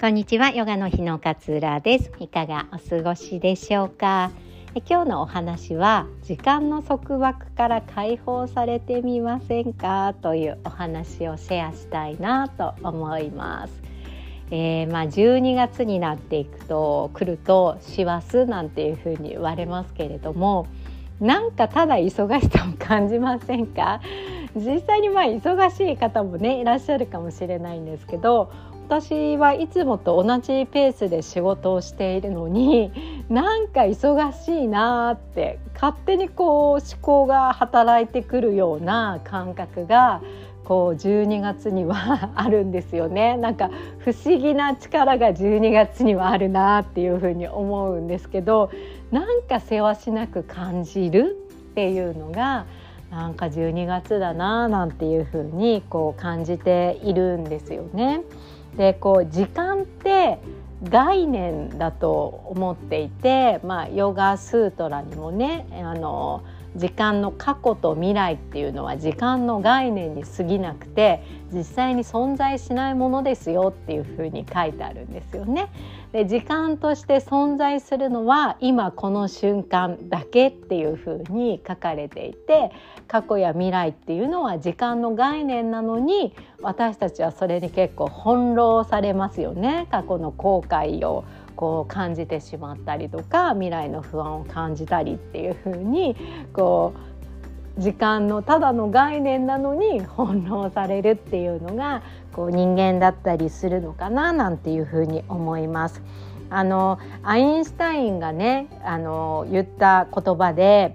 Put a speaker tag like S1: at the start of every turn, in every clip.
S1: こんにちは、ヨガの日の勝浦です。いかがお過ごしでしょうか。今日のお話は時間の束縛から解放されてみませんかというお話をシェアしたいなと思います。12月になってくると師走なんていうふうに言われますけれども、なんかただ忙しさを感じませんか？実際に忙しい方もねいらっしゃるかもしれないんですけど、私はいつもと同じペースで仕事をしているのに、なんか忙しいなって勝手に思考が働いてくるような感覚が12月にはあるんですよね。なんか不思議な力が12月にはあるなっていうふうに思うんですけど、なんかせわしなく感じるっていうのがなんか12月だななんていうふうに感じているんですよね。で時間って概念だと思っていて、ヨガスートラにもね時間の過去と未来っていうのは時間の概念に過ぎなくて実際に存在しないものですよっていうふうに書いてあるんですよね。で時間として存在するのは今この瞬間だけっていうふうに書かれていて、過去や未来っていうのは時間の概念なのに私たちはそれに結構翻弄されますよね。過去の後悔を感じてしまったりとか未来の不安を感じたりっていう風に時間のただの概念なのに翻弄されるっていうのが人間だったりするのかななんていう風に思います。アインシュタインがね言った言葉で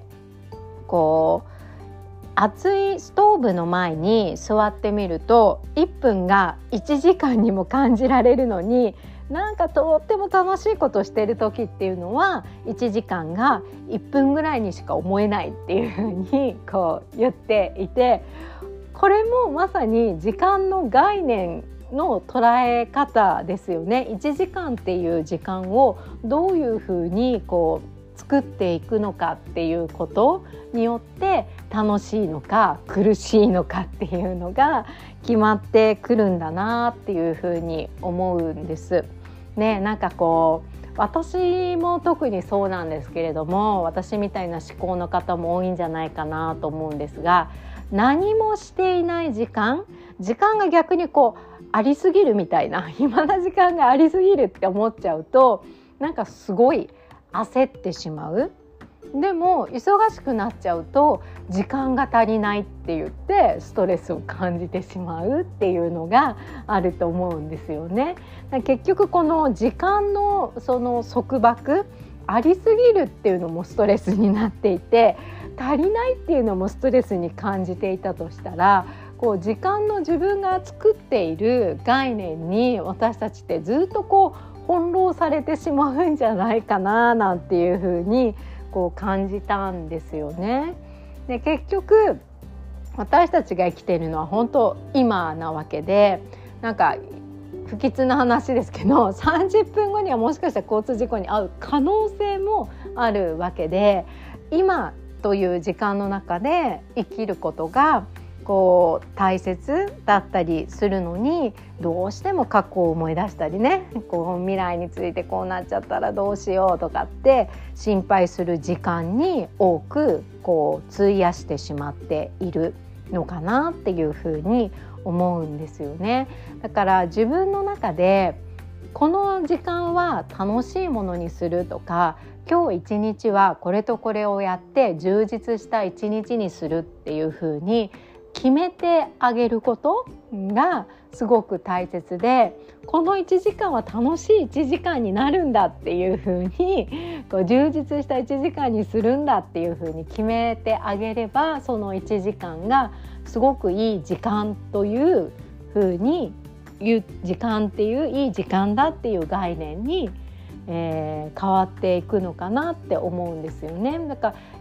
S1: 熱いストーブの前に座ってみると1分が1時間にも感じられるのに、なんかとっても楽しいことしてる時っていうのは1時間が1分ぐらいにしか思えないっていうふうに言っていて、これもまさに時間の概念の捉え方ですよね。1時間っていう時間をどういうふうに作っていくのかっていうことによって楽しいのか苦しいのかっていうのが決まってくるんだなっていうふうに思うんですね。なんか私も特にそうなんですけれども、私みたいな思考の方も多いんじゃないかなと思うんですが、何もしていない時間が逆にありすぎるみたいな、暇な時間がありすぎるって思っちゃうとなんかすごい焦ってしまう。でも忙しくなっちゃうと時間が足りないって言ってストレスを感じてしまうっていうのがあると思うんですよね。結局この時間のその束縛ありすぎるっていうのもストレスになっていて、足りないっていうのもストレスに感じていたとしたら、時間の自分が作っている概念に私たちってずっと翻弄されてしまうんじゃないかななんていうふうに感じたんですよね。で結局私たちが生きているのは本当今なわけで、なんか不吉な話ですけど30分後にはもしかしたら交通事故に遭う可能性もあるわけで、今という時間の中で生きることが大切だったりするのに、どうしても過去を思い出したりね、未来についてこうなっちゃったらどうしようとかって心配する時間に多く費やしてしまっているのかなっていうふうに思うんですよね。だから自分の中でこの時間は楽しいものにするとか、今日一日はこれとこれをやって充実した一日にするっていうふうに決めてあげることがすごく大切で、この1時間は楽しい1時間になるんだっていう風に充実した1時間にするんだっていう風に決めてあげれば、その1時間がすごくいい時間という風に時間っていういい時間だっていう概念に変わっていくのかなって思うんですよね。だから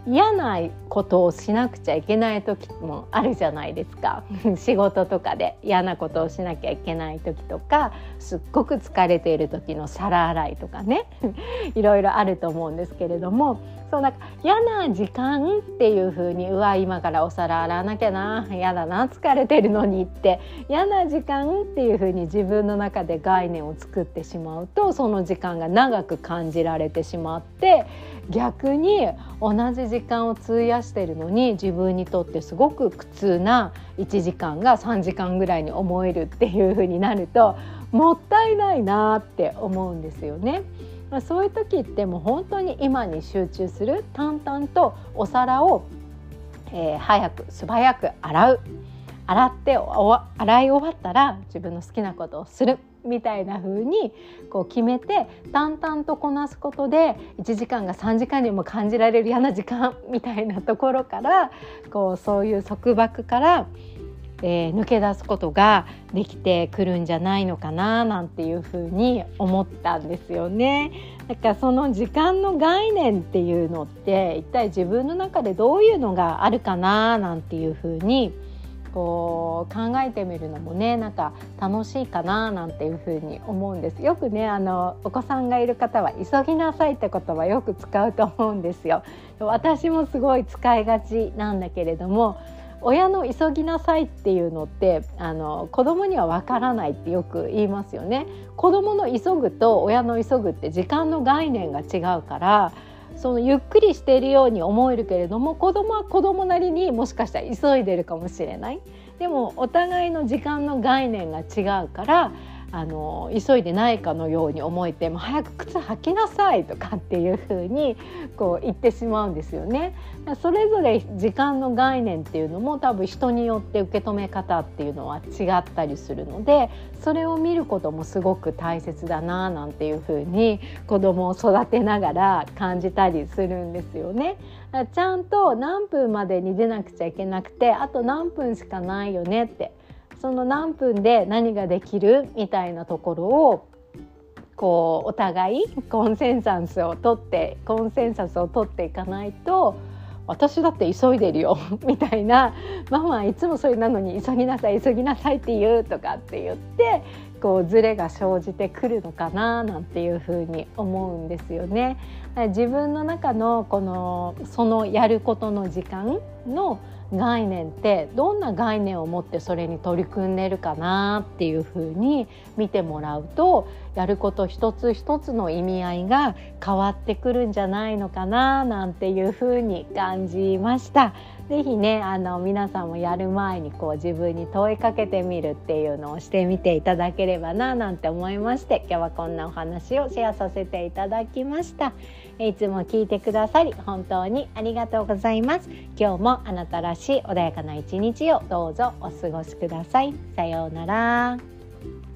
S1: 嫌なことをしなくちゃいけない時もあるじゃないですか仕事とかで嫌なことをしなきゃいけない時とか、すっごく疲れている時の皿洗いとかねいろいろあると思うんですけれども、そうなんか嫌な時間っていう風に、うわ今からお皿洗わなきゃな、嫌だな疲れてるのにって、嫌な時間っていう風に自分の中で概念を作ってしまうと、その時間が長く感じられてしまって、逆に同じ時間を費やしているのに自分にとってすごく苦痛な1時間が3時間ぐらいに思えるっていう風になると、もったいないなって思うんですよね。そういう時ってもう本当に今に集中する、淡々とお皿を、早く素早く洗って洗い終わったら自分の好きなことをするみたいな風にこう決めて、淡々とこなすことで1時間が3時間にも感じられる嫌な時間みたいなところから、こうそういう束縛から抜け出すことができてくるんじゃないのかななんていうふうに思ったんですよね。だからその時間の概念っていうのって一体自分の中でどういうのがあるかななんていうふうにこう考えてみるのもね、なんか楽しいかななんていうふうに思うんです。よくねお子さんがいる方は急ぎなさいって言葉よく使うと思うんですよ。私もすごい使いがちなんだけれども、親の急ぎなさいっていうのって子供にはわからないってよく言いますよね。子供の急ぐと親の急ぐって時間の概念が違うから、そのゆっくりしているように思えるけれども、子供は子供なりにもしかしたら急いでるかもしれない。でもお互いの時間の概念が違うから、急いでないかのように思えて、も早く靴履きなさいとかっていう風にこう言ってしまうんですよね。それぞれ時間の概念っていうのも多分人によって受け止め方っていうのは違ったりするので、それを見ることもすごく大切だななんていう風に子供を育てながら感じたりするんですよね。ちゃんと何分までに出なくちゃいけなくて、あと何分しかないよねって、その何分で何ができるみたいなところをこうお互いコンセンサスを取っていかないと、私だって急いでるよみたいな、ママはいつもそれなのに急ぎなさいって言うとかって言ってこうズレが生じてくるのかななんていうふうに思うんですよね。自分の中のそのやることの時間の概念ってどんな概念を持ってそれに取り組んでるかなっていうふうに見てもらうと、やること一つ一つの意味合いが変わってくるんじゃないのかななんていうふうに感じました。ぜひね皆さんもやる前にこう自分に問いかけてみるっていうのをしてみていただければななんて思いまして、今日はこんなお話をシェアさせていただきました。いつも聞いてくださり本当にありがとうございます。今日もあなたらしい穏やかな一日をどうぞお過ごしください。さようなら。